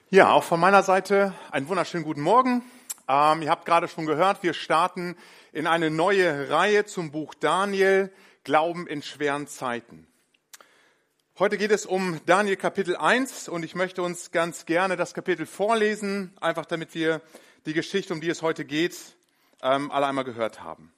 Ja, auch von meiner Seite einen wunderschönen guten Morgen. Ihr habt gerade schon gehört, wir starten in eine neue Reihe zum Buch Daniel, Glauben in schweren Zeiten. Heute geht es um Daniel Kapitel 1 und ich möchte uns ganz gerne das Kapitel vorlesen, einfach damit wir die Geschichte, um die es heute geht, alle einmal gehört haben.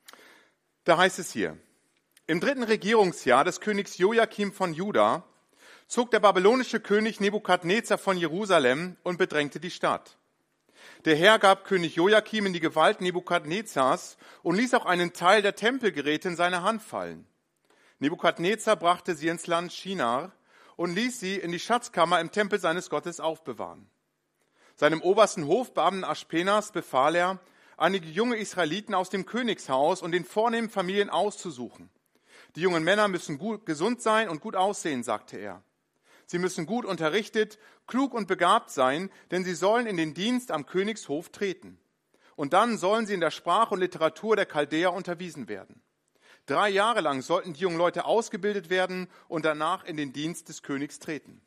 Da heißt es hier: Im 3. Regierungsjahr des Königs Jojakim von Juda zog der babylonische König Nebukadnezar von Jerusalem und bedrängte die Stadt. Der Herr gab König Jojakim in die Gewalt Nebukadnezars und ließ auch einen Teil der Tempelgeräte in seine Hand fallen. Nebukadnezar brachte sie ins Land Shinar und ließ sie in die Schatzkammer im Tempel seines Gottes aufbewahren. Seinem obersten Hofbeamten Aschpenas befahl er, einige junge Israeliten aus dem Königshaus und den vornehmen Familien auszusuchen. Die jungen Männer müssen gesund sein und gut aussehen, sagte er. Sie müssen gut unterrichtet, klug und begabt sein, denn sie sollen in den Dienst am Königshof treten. Und dann sollen sie in der Sprache und Literatur der Chaldäer unterwiesen werden. 3 Jahre lang sollten die jungen Leute ausgebildet werden und danach in den Dienst des Königs treten.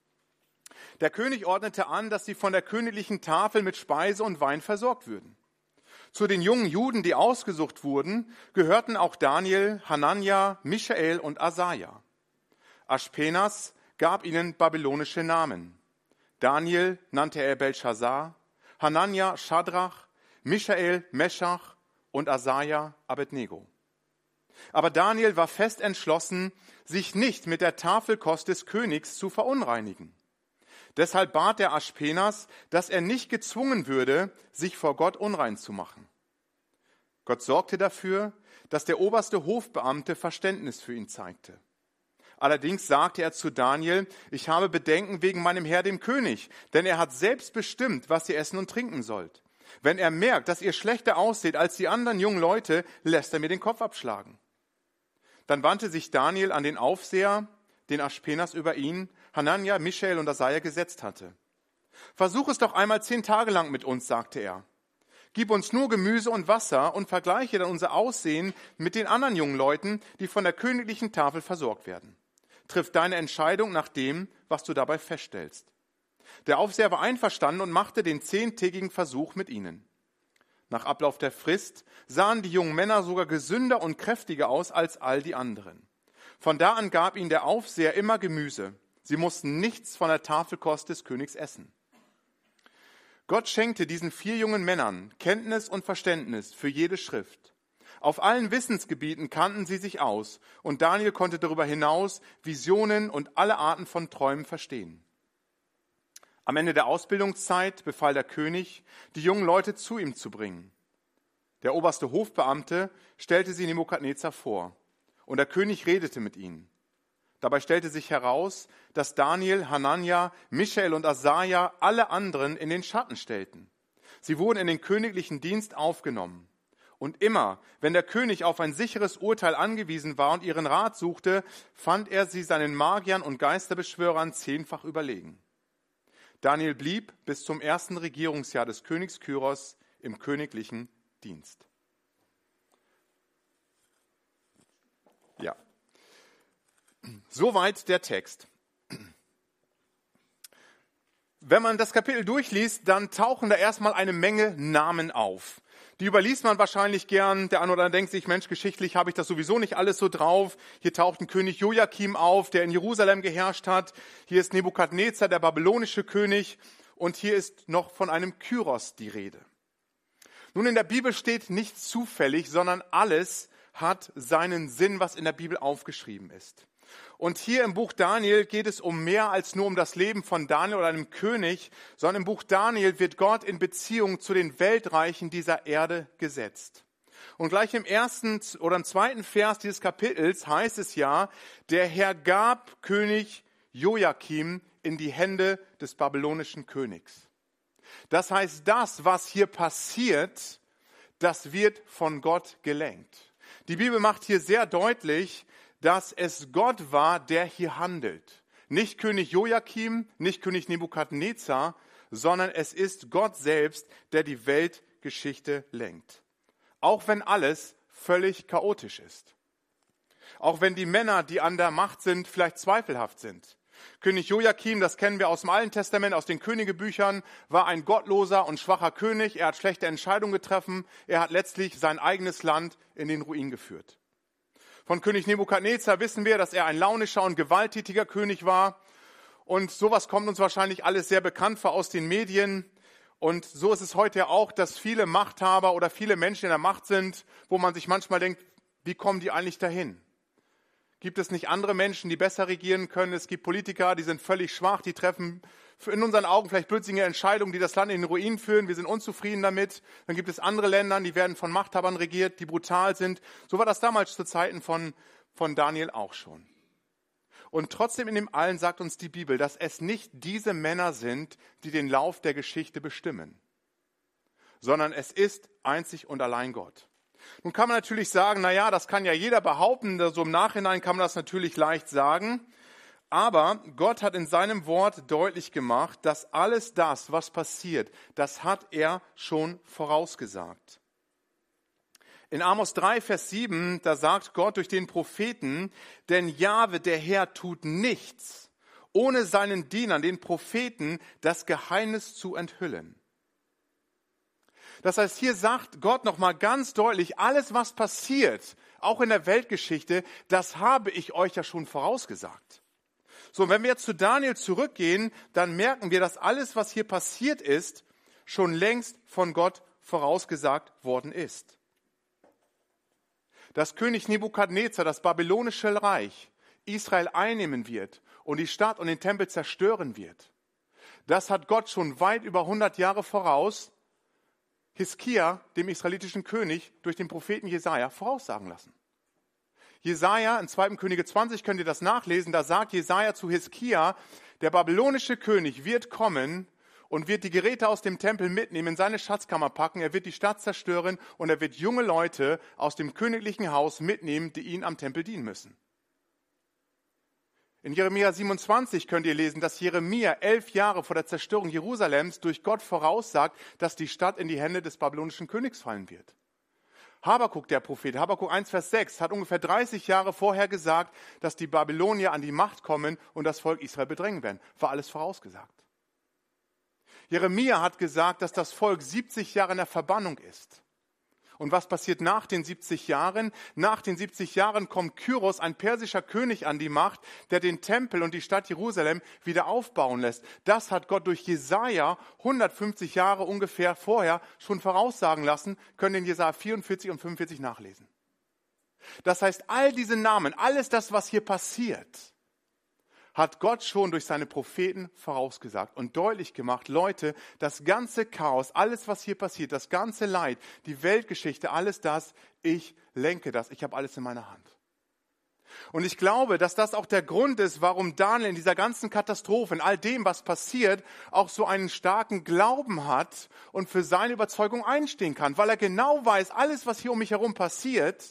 Der König ordnete an, dass sie von der königlichen Tafel mit Speise und Wein versorgt würden. Zu den jungen Juden, die ausgesucht wurden, gehörten auch Daniel, Hanania, Michael und Asaja. Aschpenas gab ihnen babylonische Namen. Daniel nannte er Belshazzar, Hanania Schadrach, Michael Meschach und Asaja Abednego. Aber Daniel war fest entschlossen, sich nicht mit der Tafelkost des Königs zu verunreinigen. Deshalb bat er Aschpenas, dass er nicht gezwungen würde, sich vor Gott unrein zu machen. Gott sorgte dafür, dass der oberste Hofbeamte Verständnis für ihn zeigte. Allerdings sagte er zu Daniel: Ich habe Bedenken wegen meinem Herr, dem König, denn er hat selbst bestimmt, was ihr essen und trinken sollt. Wenn er merkt, dass ihr schlechter ausseht als die anderen jungen Leute, lässt er mir den Kopf abschlagen. Dann wandte sich Daniel an den Aufseher, den Aschpenas über ihn, Hanania, Michael und Asaja gesetzt hatte. Versuch es doch einmal 10 Tage lang mit uns, sagte er. Gib uns nur Gemüse und Wasser und vergleiche dann unser Aussehen mit den anderen jungen Leuten, die von der königlichen Tafel versorgt werden. Triff deine Entscheidung nach dem, was du dabei feststellst. Der Aufseher war einverstanden und machte den 10-tägigen Versuch mit ihnen. Nach Ablauf der Frist sahen die jungen Männer sogar gesünder und kräftiger aus als all die anderen. Von da an gab ihnen der Aufseher immer Gemüse. Sie mussten nichts von der Tafelkost des Königs essen. Gott schenkte diesen 4 jungen Männern Kenntnis und Verständnis für jede Schrift. Auf allen Wissensgebieten kannten sie sich aus und Daniel konnte darüber hinaus Visionen und alle Arten von Träumen verstehen. Am Ende der Ausbildungszeit befahl der König, die jungen Leute zu ihm zu bringen. Der oberste Hofbeamte stellte sie Nebukadnezar vor und der König redete mit ihnen. Dabei stellte sich heraus, dass Daniel, Hanania, Michael und Asaja alle anderen in den Schatten stellten. Sie wurden in den königlichen Dienst aufgenommen. Und immer, wenn der König auf ein sicheres Urteil angewiesen war und ihren Rat suchte, fand er sie seinen Magiern und Geisterbeschwörern 10-fach überlegen. Daniel blieb bis zum 1. Regierungsjahr des Königs Kyros im königlichen Dienst. Ja. Soweit der Text. Wenn man das Kapitel durchliest, dann tauchen da erstmal eine Menge Namen auf. Die überliest man wahrscheinlich gern. Der eine oder andere denkt sich, Mensch, geschichtlich habe ich das sowieso nicht alles so drauf. Hier taucht ein König Jojakim auf, der in Jerusalem geherrscht hat. Hier ist Nebukadnezar, der babylonische König. Und hier ist noch von einem Kyros die Rede. Nun, in der Bibel steht nichts zufällig, sondern alles hat seinen Sinn, was in der Bibel aufgeschrieben ist. Und hier im Buch Daniel geht es um mehr als nur um das Leben von Daniel oder einem König, sondern im Buch Daniel wird Gott in Beziehung zu den Weltreichen dieser Erde gesetzt. Und gleich im 1. oder im 2. Vers dieses Kapitels heißt es ja: Der Herr gab König Jojakim in die Hände des babylonischen Königs. Das heißt, das, was hier passiert, das wird von Gott gelenkt. Die Bibel macht hier sehr deutlich, dass es Gott war, der hier handelt. Nicht König Jojakim, nicht König Nebukadnezar, sondern es ist Gott selbst, der die Weltgeschichte lenkt. Auch wenn alles völlig chaotisch ist. Auch wenn die Männer, die an der Macht sind, vielleicht zweifelhaft sind. König Joachim, das kennen wir aus dem Alten Testament, aus den Königebüchern, war ein gottloser und schwacher König. Er hat schlechte Entscheidungen getroffen. Er hat letztlich sein eigenes Land in den Ruin geführt. Von König Nebukadnezar wissen wir, dass er ein launischer und gewalttätiger König war. Und sowas kommt uns wahrscheinlich alles sehr bekannt vor aus den Medien. Und so ist es heute ja auch, dass viele Machthaber oder viele Menschen in der Macht sind, wo man sich manchmal denkt, wie kommen die eigentlich dahin? Gibt es nicht andere Menschen, die besser regieren können? Es gibt Politiker, die sind völlig schwach, die treffen in unseren Augen vielleicht blödsinnige Entscheidungen, die das Land in den Ruin führen. Wir sind unzufrieden damit. Dann gibt es andere Länder, die werden von Machthabern regiert, die brutal sind. So war das damals zu Zeiten von Daniel auch schon. Und trotzdem in dem Allen sagt uns die Bibel, dass es nicht diese Männer sind, die den Lauf der Geschichte bestimmen, sondern es ist einzig und allein Gott. Nun kann man natürlich sagen, naja, das kann ja jeder behaupten, so im Nachhinein kann man das natürlich leicht sagen, aber Gott hat in seinem Wort deutlich gemacht, dass alles das, was passiert, das hat er schon vorausgesagt. In Amos 3, Vers 7, da sagt Gott durch den Propheten, denn Jahwe, der Herr, tut nichts, ohne seinen Dienern, den Propheten, das Geheimnis zu enthüllen. Das heißt, hier sagt Gott nochmal ganz deutlich, alles was passiert, auch in der Weltgeschichte, das habe ich euch ja schon vorausgesagt. So, wenn wir jetzt zu Daniel zurückgehen, dann merken wir, dass alles, was hier passiert ist, schon längst von Gott vorausgesagt worden ist. Dass König Nebukadnezar das babylonische Reich Israel einnehmen wird und die Stadt und den Tempel zerstören wird, das hat Gott schon weit über 100 Jahre voraus Hiskia, dem israelitischen König, durch den Propheten Jesaja voraussagen lassen. Jesaja, in 2. Könige 20 könnt ihr das nachlesen, da sagt Jesaja zu Hiskia, der babylonische König wird kommen und wird die Geräte aus dem Tempel mitnehmen, in seine Schatzkammer packen, er wird die Stadt zerstören und er wird junge Leute aus dem königlichen Haus mitnehmen, die ihn am Tempel dienen müssen. In Jeremia 27 könnt ihr lesen, dass Jeremia 11 Jahre vor der Zerstörung Jerusalems durch Gott voraussagt, dass die Stadt in die Hände des babylonischen Königs fallen wird. Habakuk, der Prophet, Habakuk 1, Vers 6, hat ungefähr 30 Jahre vorher gesagt, dass die Babylonier an die Macht kommen und das Volk Israel bedrängen werden. War alles vorausgesagt. Jeremia hat gesagt, dass das Volk 70 Jahre in der Verbannung ist. Und was passiert nach den 70 Jahren? Nach den 70 Jahren kommt Kyros, ein persischer König, an die Macht, der den Tempel und die Stadt Jerusalem wieder aufbauen lässt. Das hat Gott durch Jesaja 150 Jahre ungefähr vorher schon voraussagen lassen, können in Jesaja 44 und 45 nachlesen. Das heißt, all diese Namen, alles das, was hier passiert, hat Gott schon durch seine Propheten vorausgesagt und deutlich gemacht, Leute, das ganze Chaos, alles, was hier passiert, das ganze Leid, die Weltgeschichte, alles das, ich lenke das, ich habe alles in meiner Hand. Und ich glaube, dass das auch der Grund ist, warum Daniel in dieser ganzen Katastrophe, in all dem, was passiert, auch so einen starken Glauben hat und für seine Überzeugung einstehen kann, weil er genau weiß, alles, was hier um mich herum passiert,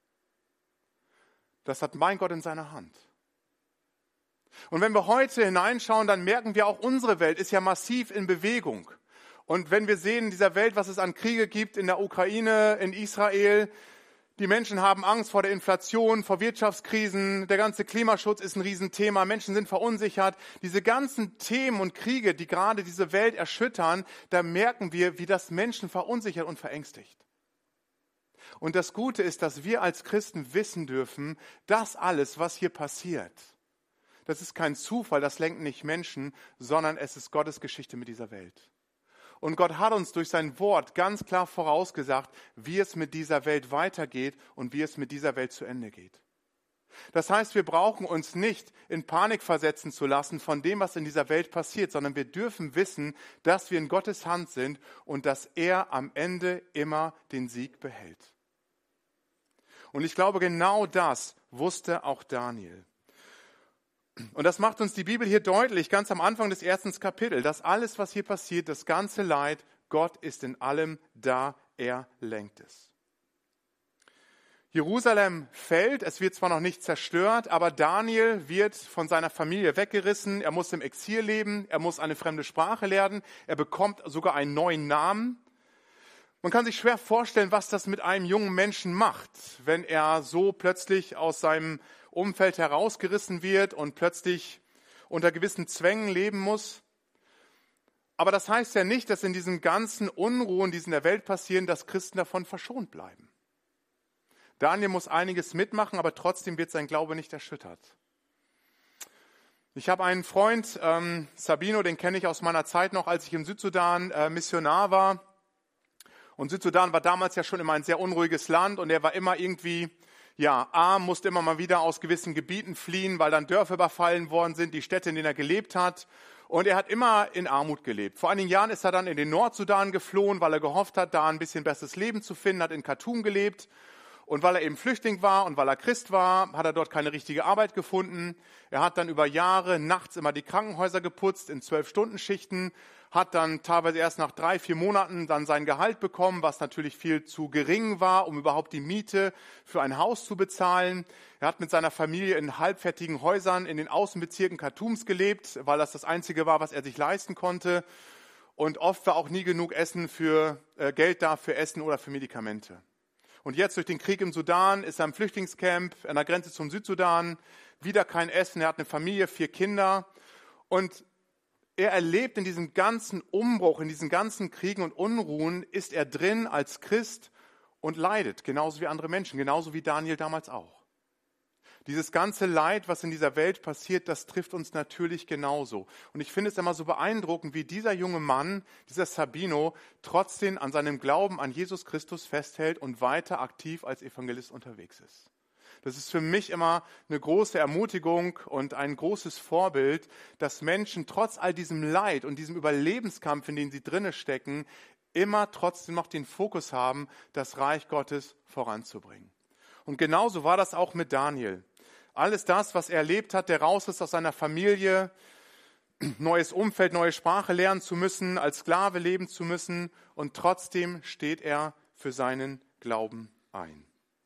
das hat mein Gott in seiner Hand. Und wenn wir heute hineinschauen, dann merken wir auch, unsere Welt ist ja massiv in Bewegung. Und wenn wir sehen in dieser Welt, was es an Kriege gibt, in der Ukraine, in Israel, die Menschen haben Angst vor der Inflation, vor Wirtschaftskrisen, der ganze Klimaschutz ist ein Riesenthema, Menschen sind verunsichert. Diese ganzen Themen und Kriege, die gerade diese Welt erschüttern, da merken wir, wie das Menschen verunsichert und verängstigt. Und das Gute ist, dass wir als Christen wissen dürfen, dass alles, was hier passiert, das ist kein Zufall, das lenken nicht Menschen, sondern es ist Gottes Geschichte mit dieser Welt. Und Gott hat uns durch sein Wort ganz klar vorausgesagt, wie es mit dieser Welt weitergeht und wie es mit dieser Welt zu Ende geht. Das heißt, wir brauchen uns nicht in Panik versetzen zu lassen von dem, was in dieser Welt passiert, sondern wir dürfen wissen, dass wir in Gottes Hand sind und dass er am Ende immer den Sieg behält. Und ich glaube, genau das wusste auch Daniel. Und das macht uns die Bibel hier deutlich, ganz am Anfang des 1. Kapitels, dass alles, was hier passiert, das ganze Leid, Gott ist in allem da, er lenkt es. Jerusalem fällt, es wird zwar noch nicht zerstört, aber Daniel wird von seiner Familie weggerissen, er muss im Exil leben, er muss eine fremde Sprache lernen, er bekommt sogar einen neuen Namen. Man kann sich schwer vorstellen, was das mit einem jungen Menschen macht, wenn er so plötzlich aus seinem Umfeld herausgerissen wird und plötzlich unter gewissen Zwängen leben muss. Aber das heißt ja nicht, dass in diesen ganzen Unruhen, die in der Welt passieren, dass Christen davon verschont bleiben. Daniel muss einiges mitmachen, aber trotzdem wird sein Glaube nicht erschüttert. Ich habe einen Freund, Sabino, den kenne ich aus meiner Zeit noch, als ich im Südsudan Missionar war. Und Südsudan war damals ja schon immer ein sehr unruhiges Land und er war immer irgendwie arm, musste immer mal wieder aus gewissen Gebieten fliehen, weil dann Dörfer überfallen worden sind, die Städte, in denen er gelebt hat. Und er hat immer in Armut gelebt. Vor einigen Jahren ist er dann in den Nordsudan geflohen, weil er gehofft hat, da ein bisschen besseres Leben zu finden, hat in Khartoum gelebt. Und weil er eben Flüchtling war und weil er Christ war, hat er dort keine richtige Arbeit gefunden. Er hat dann über Jahre nachts immer die Krankenhäuser geputzt in 12-Stunden-Schichten, hat dann teilweise erst nach 3-4 Monaten dann sein Gehalt bekommen, was natürlich viel zu gering war, um überhaupt die Miete für ein Haus zu bezahlen. Er hat mit seiner Familie in halbfertigen Häusern in den Außenbezirken Khartoums gelebt, weil das Einzige war, was er sich leisten konnte. Und oft war auch nie genug Geld da für Essen oder für Medikamente. Und jetzt durch den Krieg im Sudan ist er im Flüchtlingscamp an der Grenze zum Südsudan, wieder kein Essen, er hat eine Familie, 4 Kinder. Und er erlebt in diesem ganzen Umbruch, in diesen ganzen Kriegen und Unruhen, ist er drin als Christ und leidet, genauso wie andere Menschen, genauso wie Daniel damals auch. Dieses ganze Leid, was in dieser Welt passiert, das trifft uns natürlich genauso. Und ich finde es immer so beeindruckend, wie dieser junge Mann, dieser Sabino, trotzdem an seinem Glauben an Jesus Christus festhält und weiter aktiv als Evangelist unterwegs ist. Das ist für mich immer eine große Ermutigung und ein großes Vorbild, dass Menschen trotz all diesem Leid und diesem Überlebenskampf, in dem sie drinne stecken, immer trotzdem noch den Fokus haben, das Reich Gottes voranzubringen. Und genauso war das auch mit Daniel. Alles das, was er erlebt hat, der raus ist aus seiner Familie, neues Umfeld, neue Sprache lernen zu müssen, als Sklave leben zu müssen und trotzdem steht er für seinen Glauben ein.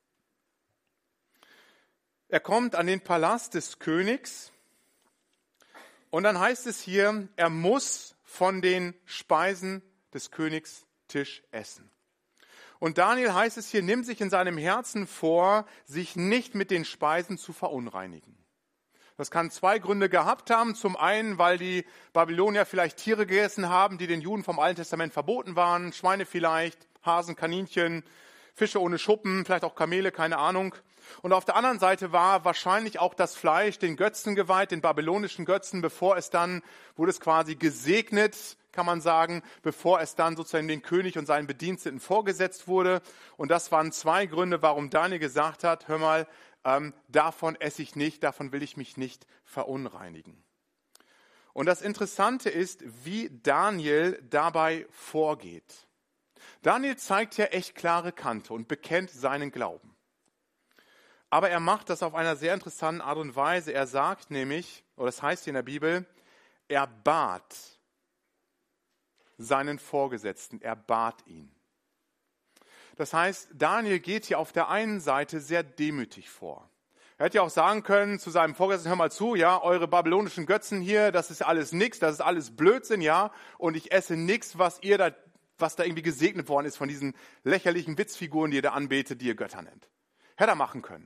Er kommt an den Palast des Königs und dann heißt es hier, er muss von den Speisen des Königs Tisch essen. Und Daniel, heißt es hier, nimmt sich in seinem Herzen vor, sich nicht mit den Speisen zu verunreinigen. Das kann 2 Gründe gehabt haben. Zum einen, weil die Babylonier vielleicht Tiere gegessen haben, die den Juden vom Alten Testament verboten waren. Schweine vielleicht, Hasen, Kaninchen, Fische ohne Schuppen, vielleicht auch Kamele, keine Ahnung. Und auf der anderen Seite war wahrscheinlich auch das Fleisch den Götzen geweiht, den babylonischen Götzen, wurde es quasi gesegnet, kann man sagen, bevor es dann sozusagen den König und seinen Bediensteten vorgesetzt wurde. Und das waren 2 Gründe, warum Daniel gesagt hat, hör mal, davon esse ich nicht, davon will ich mich nicht verunreinigen. Und das Interessante ist, wie Daniel dabei vorgeht. Daniel zeigt ja echt klare Kante und bekennt seinen Glauben. Aber er macht das auf einer sehr interessanten Art und Weise. Er sagt nämlich, oder das heißt hier in der Bibel, er bat seinen Vorgesetzten, er bat ihn. Das heißt, Daniel geht hier auf der einen Seite sehr demütig vor. Er hätte ja auch sagen können zu seinem Vorgesetzten, hör mal zu, ja, eure babylonischen Götzen hier, das ist alles nix, das ist alles Blödsinn, ja, und ich esse nix, was da irgendwie gesegnet worden ist von diesen lächerlichen Witzfiguren, die ihr da anbetet, die ihr Götter nennt. Hätte er machen können.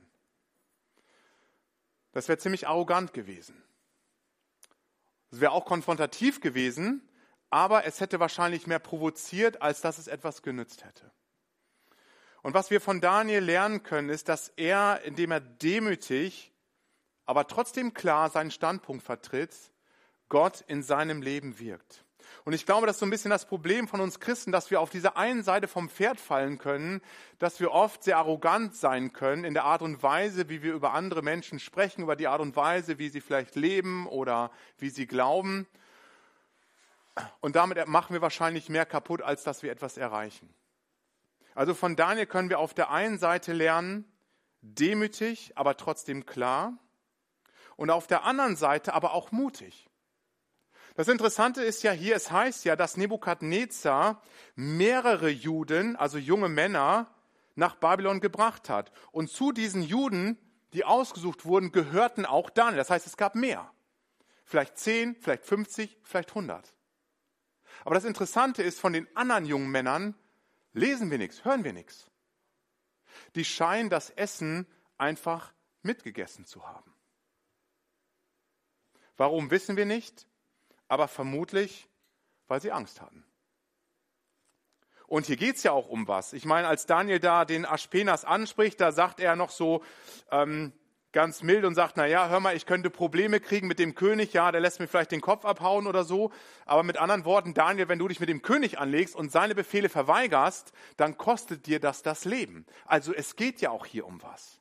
Das wäre ziemlich arrogant gewesen. Es wäre auch konfrontativ gewesen, aber es hätte wahrscheinlich mehr provoziert, als dass es etwas genützt hätte. Und was wir von Daniel lernen können, ist, dass er, indem er demütig, aber trotzdem klar seinen Standpunkt vertritt, Gott in seinem Leben wirkt. Und ich glaube, das ist so ein bisschen das Problem von uns Christen, dass wir auf dieser einen Seite vom Pferd fallen können, dass wir oft sehr arrogant sein können in der Art und Weise, wie wir über andere Menschen sprechen, über die Art und Weise, wie sie vielleicht leben oder wie sie glauben. Und damit machen wir wahrscheinlich mehr kaputt, als dass wir etwas erreichen. Also von Daniel können wir auf der einen Seite lernen, demütig, aber trotzdem klar. Und auf der anderen Seite aber auch mutig. Das Interessante ist ja hier, es heißt ja, dass Nebukadnezar mehrere Juden, also junge Männer, nach Babylon gebracht hat. Und zu diesen Juden, die ausgesucht wurden, gehörten auch Daniel. Das heißt, es gab mehr. Vielleicht 10, vielleicht 50, vielleicht 100. Aber das Interessante ist, von den anderen jungen Männern lesen wir nichts, hören wir nichts. Die scheinen das Essen einfach mitgegessen zu haben. Warum, wissen wir nicht, aber vermutlich, weil sie Angst hatten. Und hier geht es ja auch um was. Ich meine, als Daniel da den Aspenas anspricht, da sagt er noch so ganz mild und sagt, naja, hör mal, ich könnte Probleme kriegen mit dem König, ja, der lässt mir vielleicht den Kopf abhauen oder so. Aber mit anderen Worten, Daniel, wenn du dich mit dem König anlegst und seine Befehle verweigerst, dann kostet dir das Leben. Also es geht ja auch hier um was.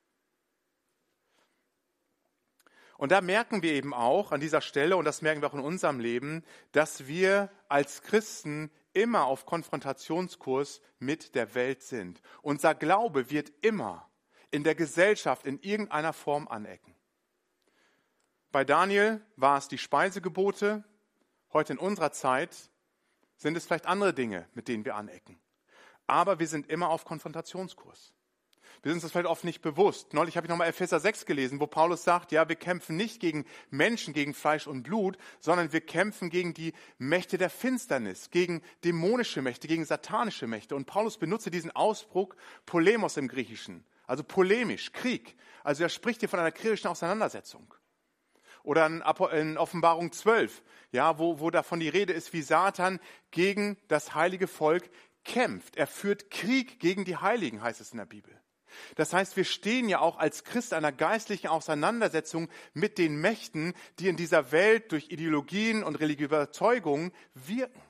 Und da merken wir eben auch an dieser Stelle, und das merken wir auch in unserem Leben, dass wir als Christen immer auf Konfrontationskurs mit der Welt sind. Unser Glaube wird immer in der Gesellschaft in irgendeiner Form anecken. Bei Daniel war es die Speisegebote, heute in unserer Zeit sind es vielleicht andere Dinge, mit denen wir anecken. Aber wir sind immer auf Konfrontationskurs. Wir sind uns das vielleicht oft nicht bewusst. Neulich habe ich nochmal Epheser 6 gelesen, wo Paulus sagt, ja, wir kämpfen nicht gegen Menschen, gegen Fleisch und Blut, sondern wir kämpfen gegen die Mächte der Finsternis, gegen dämonische Mächte, gegen satanische Mächte. Und Paulus benutzt diesen Ausdruck Polemos im Griechischen, also polemisch, Krieg. Also er spricht hier von einer kriegerischen Auseinandersetzung. Oder in Offenbarung 12, ja, wo davon die Rede ist, wie Satan gegen das heilige Volk kämpft. Er führt Krieg gegen die Heiligen, heißt es in der Bibel. Das heißt, wir stehen ja auch als Christ einer geistlichen Auseinandersetzung mit den Mächten, die in dieser Welt durch Ideologien und religiöse Überzeugungen wirken.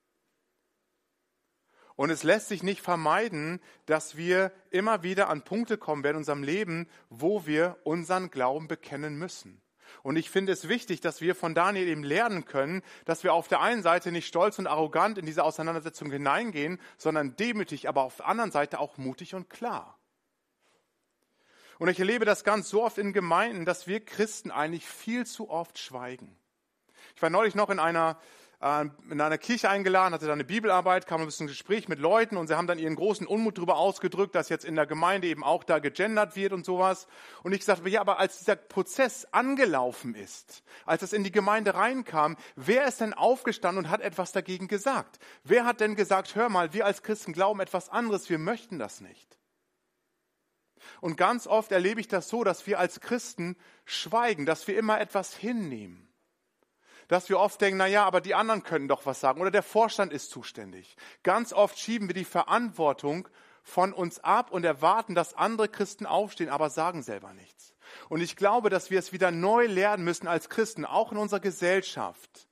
Und es lässt sich nicht vermeiden, dass wir immer wieder an Punkte kommen werden in unserem Leben, wo wir unseren Glauben bekennen müssen. Und ich finde es wichtig, dass wir von Daniel eben lernen können, dass wir auf der einen Seite nicht stolz und arrogant in diese Auseinandersetzung hineingehen, sondern demütig, aber auf der anderen Seite auch mutig und klar. Und ich erlebe das ganz so oft in Gemeinden, dass wir Christen eigentlich viel zu oft schweigen. Ich war neulich noch in einer Kirche eingeladen, hatte da eine Bibelarbeit, kam ein bisschen Gespräch mit Leuten und sie haben dann ihren großen Unmut darüber ausgedrückt, dass jetzt in der Gemeinde eben auch da gegendert wird und sowas. Und ich sagte, ja, aber als dieser Prozess angelaufen ist, als es in die Gemeinde reinkam, wer ist denn aufgestanden und hat etwas dagegen gesagt? Wer hat denn gesagt, hör mal, wir als Christen glauben etwas anderes, wir möchten das nicht? Und ganz oft erlebe ich das so, dass wir als Christen schweigen, dass wir immer etwas hinnehmen. Dass wir oft denken, naja, aber die anderen können doch was sagen oder der Vorstand ist zuständig. Ganz oft schieben wir die Verantwortung von uns ab und erwarten, dass andere Christen aufstehen, aber sagen selber nichts. Und ich glaube, dass wir es wieder neu lernen müssen als Christen, auch in unserer Gesellschaft,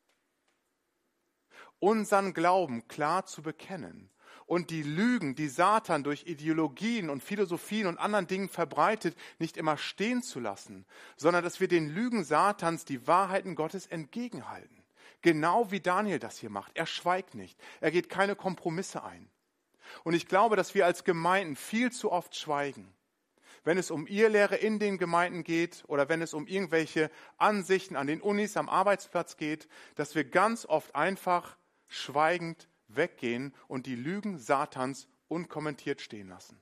unseren Glauben klar zu bekennen. Und die Lügen, die Satan durch Ideologien und Philosophien und anderen Dingen verbreitet, nicht immer stehen zu lassen, sondern dass wir den Lügen Satans die Wahrheiten Gottes entgegenhalten. Genau wie Daniel das hier macht. Er schweigt nicht. Er geht keine Kompromisse ein. Und ich glaube, dass wir als Gemeinden viel zu oft schweigen. Wenn es um Irrlehre in den Gemeinden geht oder wenn es um irgendwelche Ansichten an den Unis, am Arbeitsplatz geht, dass wir ganz oft einfach schweigend weggehen und die Lügen Satans unkommentiert stehen lassen.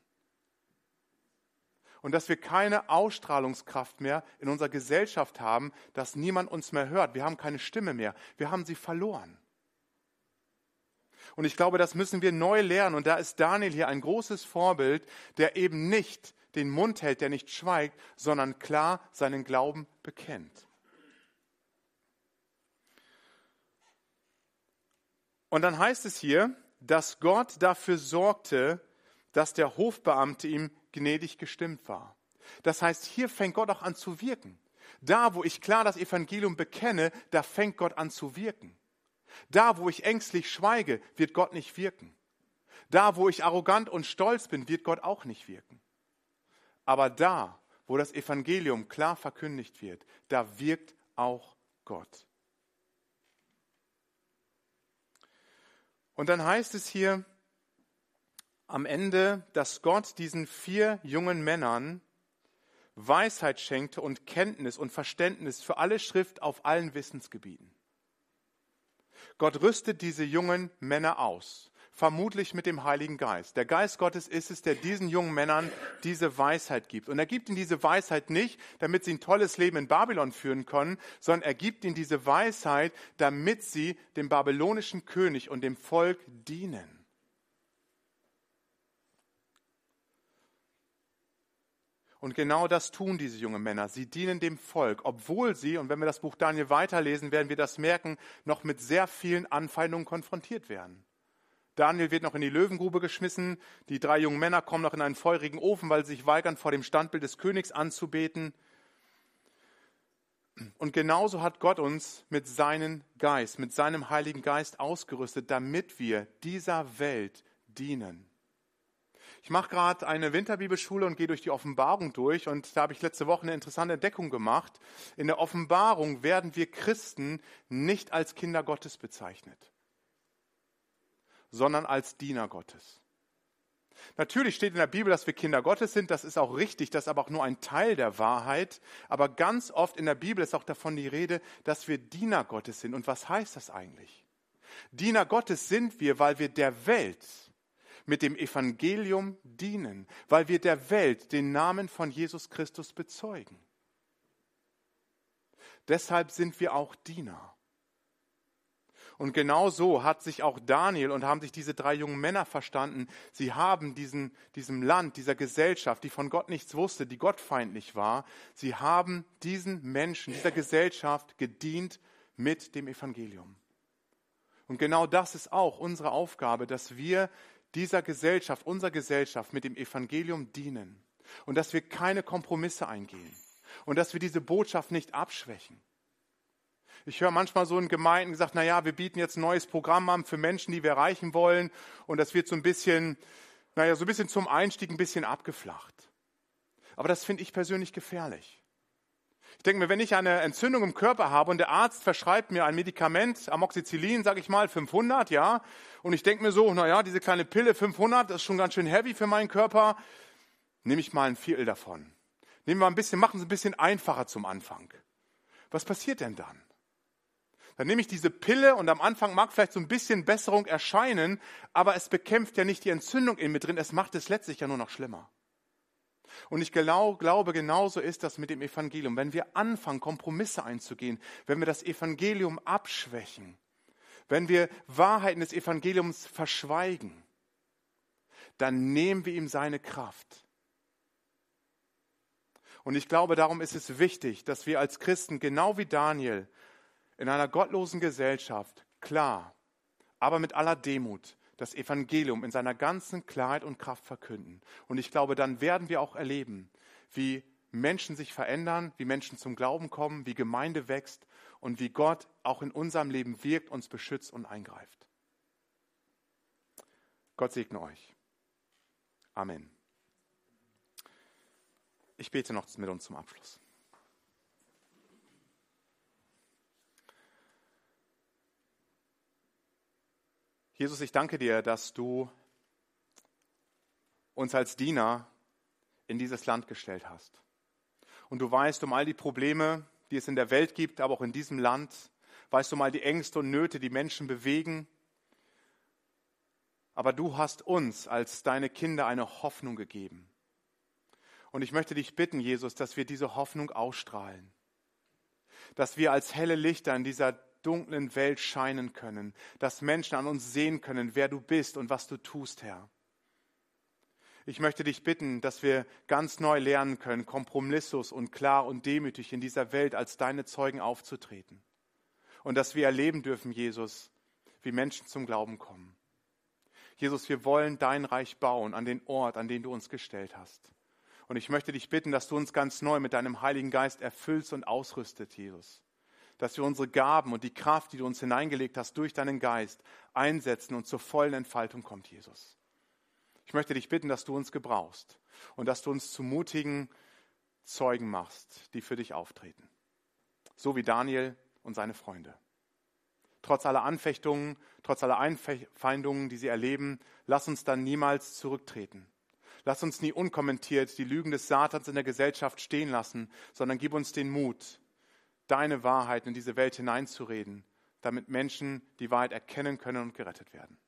Und dass wir keine Ausstrahlungskraft mehr in unserer Gesellschaft haben, dass niemand uns mehr hört. Wir haben keine Stimme mehr. Wir haben sie verloren. Und ich glaube, das müssen wir neu lernen. Und da ist Daniel hier ein großes Vorbild, der eben nicht den Mund hält, der nicht schweigt, sondern klar seinen Glauben bekennt. Und dann heißt es hier, dass Gott dafür sorgte, dass der Hofbeamte ihm gnädig gestimmt war. Das heißt, hier fängt Gott auch an zu wirken. Da, wo ich klar das Evangelium bekenne, da fängt Gott an zu wirken. Da, wo ich ängstlich schweige, wird Gott nicht wirken. Da, wo ich arrogant und stolz bin, wird Gott auch nicht wirken. Aber da, wo das Evangelium klar verkündigt wird, da wirkt auch Gott. Und dann heißt es hier am Ende, dass Gott diesen 4 jungen Männern Weisheit schenkte und Kenntnis und Verständnis für alle Schrift auf allen Wissensgebieten. Gott rüstet diese jungen Männer aus, vermutlich mit dem Heiligen Geist. Der Geist Gottes ist es, der diesen jungen Männern diese Weisheit gibt. Und er gibt ihnen diese Weisheit nicht, damit sie ein tolles Leben in Babylon führen können, sondern er gibt ihnen diese Weisheit, damit sie dem babylonischen König und dem Volk dienen. Und genau das tun diese jungen Männer. Sie dienen dem Volk, obwohl sie, und wenn wir das Buch Daniel weiterlesen, werden wir das merken, noch mit sehr vielen Anfeindungen konfrontiert werden. Daniel wird noch in die Löwengrube geschmissen, die 3 jungen Männer kommen noch in einen feurigen Ofen, weil sie sich weigern, vor dem Standbild des Königs anzubeten. Und genauso hat Gott uns mit seinem Geist, mit seinem Heiligen Geist ausgerüstet, damit wir dieser Welt dienen. Ich mache gerade eine Winterbibelschule und gehe durch die Offenbarung durch und da habe ich letzte Woche eine interessante Entdeckung gemacht. In der Offenbarung werden wir Christen nicht als Kinder Gottes bezeichnet, sondern als Diener Gottes. Natürlich steht in der Bibel, dass wir Kinder Gottes sind, das ist auch richtig, das ist aber auch nur ein Teil der Wahrheit. Aber ganz oft in der Bibel ist auch davon die Rede, dass wir Diener Gottes sind. Und was heißt das eigentlich? Diener Gottes sind wir, weil wir der Welt mit dem Evangelium dienen, weil wir der Welt den Namen von Jesus Christus bezeugen. Deshalb sind wir auch Diener. Und genau so hat sich auch Daniel und haben sich diese 3 jungen Männer verstanden. Sie haben diesem Land, dieser Gesellschaft, die von Gott nichts wusste, die gottfeindlich war, sie haben diesen Menschen, dieser Gesellschaft gedient mit dem Evangelium. Und genau das ist auch unsere Aufgabe, dass wir dieser Gesellschaft, unserer Gesellschaft mit dem Evangelium dienen und dass wir keine Kompromisse eingehen und dass wir diese Botschaft nicht abschwächen. Ich höre manchmal so in Gemeinden gesagt, naja, wir bieten jetzt ein neues Programm an für Menschen, die wir erreichen wollen und das wird so ein bisschen zum Einstieg ein bisschen abgeflacht. Aber das finde ich persönlich gefährlich. Ich denke mir, wenn ich eine Entzündung im Körper habe und der Arzt verschreibt mir ein Medikament, Amoxicillin, sage ich mal, 500, ja, und ich denke mir so, naja, diese kleine Pille 500, das ist schon ganz schön heavy für meinen Körper, nehme ich mal ein Viertel davon. Machen es ein bisschen einfacher zum Anfang. Was passiert denn dann? Dann nehme ich diese Pille und am Anfang mag vielleicht so ein bisschen Besserung erscheinen, aber es bekämpft ja nicht die Entzündung in mir drin, es macht es letztlich ja nur noch schlimmer. Und ich glaube, genauso ist das mit dem Evangelium. Wenn wir anfangen, Kompromisse einzugehen, wenn wir das Evangelium abschwächen, wenn wir Wahrheiten des Evangeliums verschweigen, dann nehmen wir ihm seine Kraft. Und ich glaube, darum ist es wichtig, dass wir als Christen, genau wie Daniel, in einer gottlosen Gesellschaft klar, aber mit aller Demut, das Evangelium in seiner ganzen Klarheit und Kraft verkünden. Und ich glaube, dann werden wir auch erleben, wie Menschen sich verändern, wie Menschen zum Glauben kommen, wie Gemeinde wächst und wie Gott auch in unserem Leben wirkt, uns beschützt und eingreift. Gott segne euch. Amen. Ich bete noch mit uns zum Abschluss. Jesus, ich danke dir, dass du uns als Diener in dieses Land gestellt hast. Und du weißt um all die Probleme, die es in der Welt gibt, aber auch in diesem Land. Weißt um all die Ängste und Nöte, die Menschen bewegen. Aber du hast uns als deine Kinder eine Hoffnung gegeben. Und ich möchte dich bitten, Jesus, dass wir diese Hoffnung ausstrahlen. Dass wir als helle Lichter in dieser dunklen Welt scheinen können, dass Menschen an uns sehen können, wer du bist und was du tust, Herr. Ich möchte dich bitten, dass wir ganz neu lernen können, kompromisslos und klar und demütig in dieser Welt als deine Zeugen aufzutreten. Und dass wir erleben dürfen, Jesus, wie Menschen zum Glauben kommen. Jesus, wir wollen dein Reich bauen an den Ort, an den du uns gestellt hast. Und ich möchte dich bitten, dass du uns ganz neu mit deinem Heiligen Geist erfüllst und ausrüstet, Jesus. Dass wir unsere Gaben und die Kraft, die du uns hineingelegt hast, durch deinen Geist einsetzen und zur vollen Entfaltung kommt, Jesus. Ich möchte dich bitten, dass du uns gebrauchst und dass du uns zu mutigen Zeugen machst, die für dich auftreten. So wie Daniel und seine Freunde. Trotz aller Anfechtungen, trotz aller Einfeindungen, die sie erleben, lass uns dann niemals zurücktreten. Lass uns nie unkommentiert die Lügen des Satans in der Gesellschaft stehen lassen, sondern gib uns den Mut, deine Wahrheit in diese Welt hineinzureden, damit Menschen die Wahrheit erkennen können und gerettet werden.